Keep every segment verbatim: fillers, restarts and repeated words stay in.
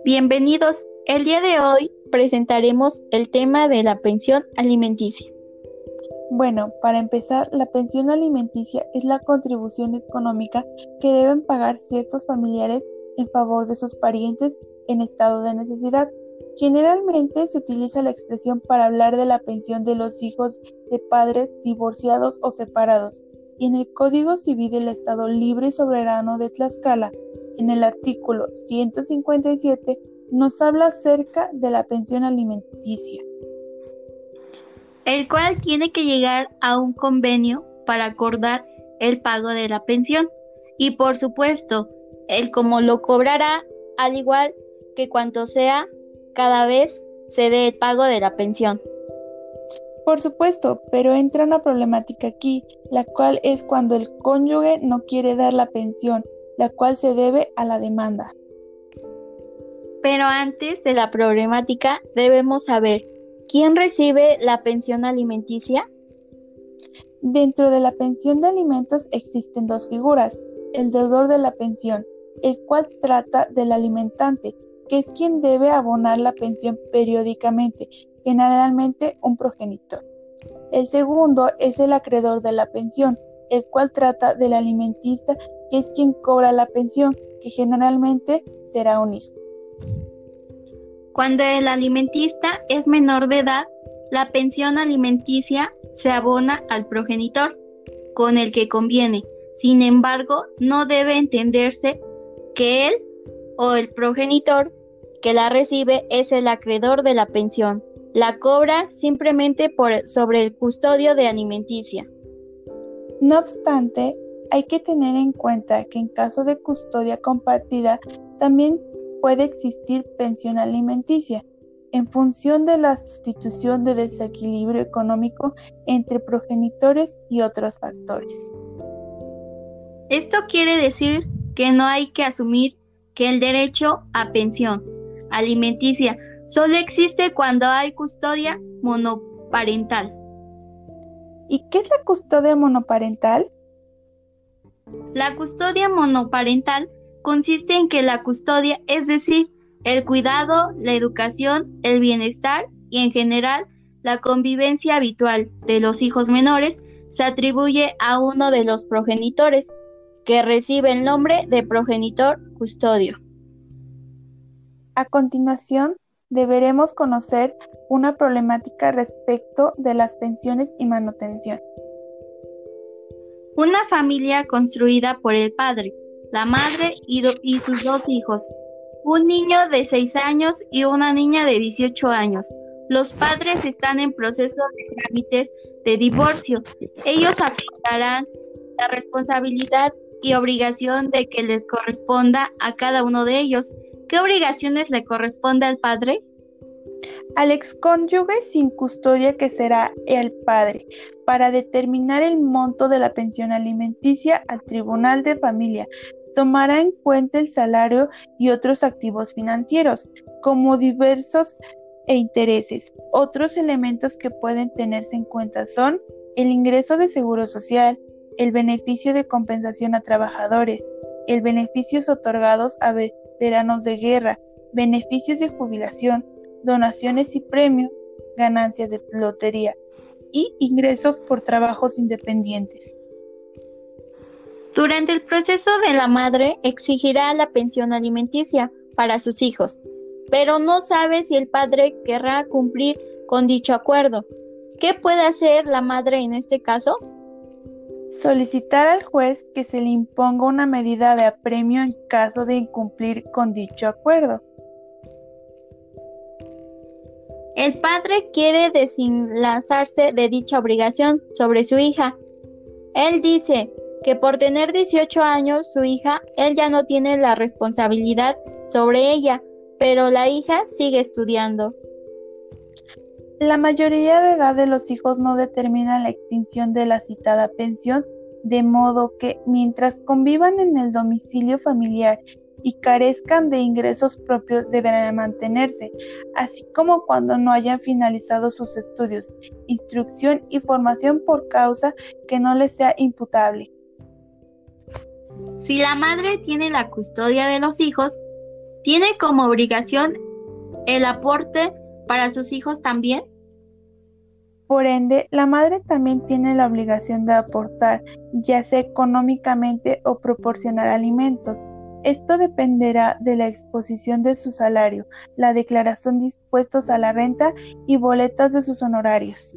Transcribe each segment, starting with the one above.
Bienvenidos. El día de hoy presentaremos el tema de la pensión alimenticia. Bueno, para empezar, la pensión alimenticia es la contribución económica que deben pagar ciertos familiares en favor de sus parientes en estado de necesidad. Generalmente se utiliza la expresión para hablar de la pensión de los hijos de padres divorciados o separados, y en el Código Civil del Estado Libre y Soberano de Tlaxcala, en el artículo ciento cincuenta y siete, nos habla acerca de la pensión alimenticia, el cual tiene que llegar a un convenio para acordar el pago de la pensión y, por supuesto, el cómo lo cobrará, al igual que cuanto sea, cada vez se dé el pago de la pensión. Por supuesto, pero entra una problemática aquí, la cual es cuando el cónyuge no quiere dar la pensión, la cual se debe a la demanda. Pero antes de la problemática, debemos saber, ¿quién recibe la pensión alimenticia? Dentro de la pensión de alimentos existen dos figuras: el deudor de la pensión, el cual trata del alimentante, que es quien debe abonar la pensión periódicamente, generalmente un progenitor. El segundo es el acreedor de la pensión, el cual trata del alimentista, que es quien cobra la pensión, que generalmente será un hijo. Cuando el alimentista es menor de edad, la pensión alimenticia se abona al progenitor, con el que conviene. Sin embargo, no debe entenderse que él o el progenitor que la recibe es el acreedor de la pensión. La cobra simplemente por sobre el custodio de alimenticia. No obstante, hay que tener en cuenta que en caso de custodia compartida también puede existir pensión alimenticia, en función de la sustitución de desequilibrio económico entre progenitores y otros factores. Esto quiere decir que no hay que asumir que el derecho a pensión alimenticia solo existe cuando hay custodia monoparental. ¿Y qué es la custodia monoparental? La custodia monoparental consiste en que la custodia, es decir, el cuidado, la educación, el bienestar y en general la convivencia habitual de los hijos menores, se atribuye a uno de los progenitores, que recibe el nombre de progenitor custodio. A continuación, deberemos conocer una problemática respecto de las pensiones y manutención. Una familia construida por el padre, la madre y, do- y sus dos hijos, un niño de seis años y una niña de dieciocho años. Los padres están en proceso de trámites de divorcio. Ellos aplicarán la responsabilidad y obligación de que les corresponda a cada uno de ellos. ¿Qué obligaciones le corresponde al padre? Al excónyuge sin custodia, que será el padre, para determinar el monto de la pensión alimenticia al Tribunal de Familia, tomará en cuenta el salario y otros activos financieros, como diversos e intereses. Otros elementos que pueden tenerse en cuenta son el ingreso de seguro social, el beneficio de compensación a trabajadores, el beneficios otorgados a veteranos de guerra, beneficios de jubilación, donaciones y premios, ganancias de lotería y ingresos por trabajos independientes. Durante el proceso de la madre exigirá la pensión alimenticia para sus hijos, pero no sabe si el padre querrá cumplir con dicho acuerdo. ¿Qué puede hacer la madre en este caso? Solicitar al juez que se le imponga una medida de apremio en caso de incumplir con dicho acuerdo. El padre quiere desenlazarse de dicha obligación sobre su hija. Él dice que por tener dieciocho años su hija, él ya no tiene la responsabilidad sobre ella, pero la hija sigue estudiando. La mayoría de edad de los hijos no determina la extinción de la citada pensión, de modo que, mientras convivan en el domicilio familiar y carezcan de ingresos propios, deberán mantenerse, así como cuando no hayan finalizado sus estudios, instrucción y formación por causa que no les sea imputable. Si la madre tiene la custodia de los hijos, ¿Tiene como obligación el aporte para sus hijos también? Por ende, la madre también tiene la obligación de aportar, ya sea económicamente o proporcionar alimentos. Esto dependerá de la exposición de su salario, la declaración de impuestos a la renta y boletas de sus honorarios.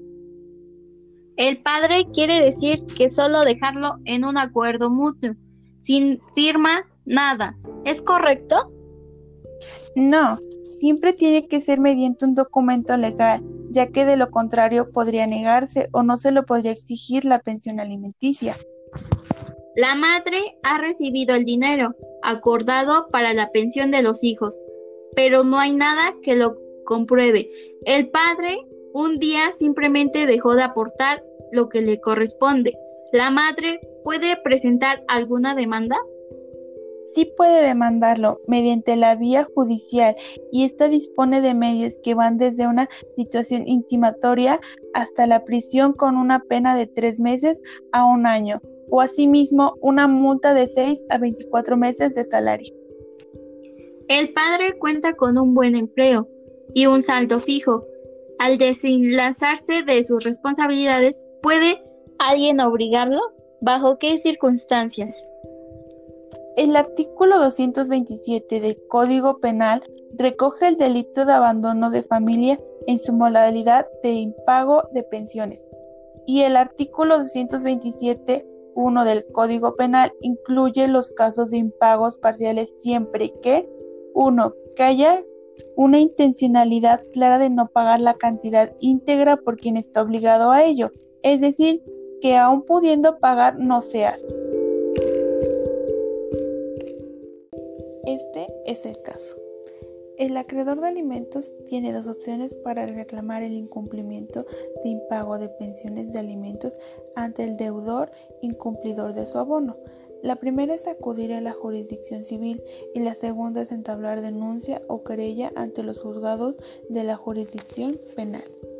El padre quiere decir que solo dejarlo en un acuerdo mutuo, sin firma, nada. ¿Es correcto? No, siempre tiene que ser mediante un documento legal, ya que de lo contrario podría negarse o no se le podría exigir la pensión alimenticia. La madre ha recibido el dinero acordado para la pensión de los hijos, pero no hay nada que lo compruebe. El padre un día simplemente dejó de aportar lo que le corresponde. ¿La madre puede presentar alguna demanda? Sí puede demandarlo mediante la vía judicial y esta dispone de medios que van desde una situación intimatoria hasta la prisión con una pena de tres meses a un año o asimismo una multa de seis a veinticuatro meses de salario. El padre cuenta con un buen empleo y un saldo fijo. Al desenlazarse de sus responsabilidades, ¿puede alguien obligarlo? ¿Bajo qué circunstancias? El artículo doscientos veintisiete del Código Penal recoge el delito de abandono de familia en su modalidad de impago de pensiones y el artículo doscientos veintisiete punto uno del Código Penal incluye los casos de impagos parciales siempre que uno que haya una intencionalidad clara de no pagar la cantidad íntegra por quien está obligado a ello, es decir, que aun pudiendo pagar no se hace. Este es el caso. El acreedor de alimentos tiene dos opciones para reclamar el incumplimiento de impago de pensiones de alimentos ante el deudor incumplidor de su abono. La primera es acudir a la jurisdicción civil y la segunda es entablar denuncia o querella ante los juzgados de la jurisdicción penal.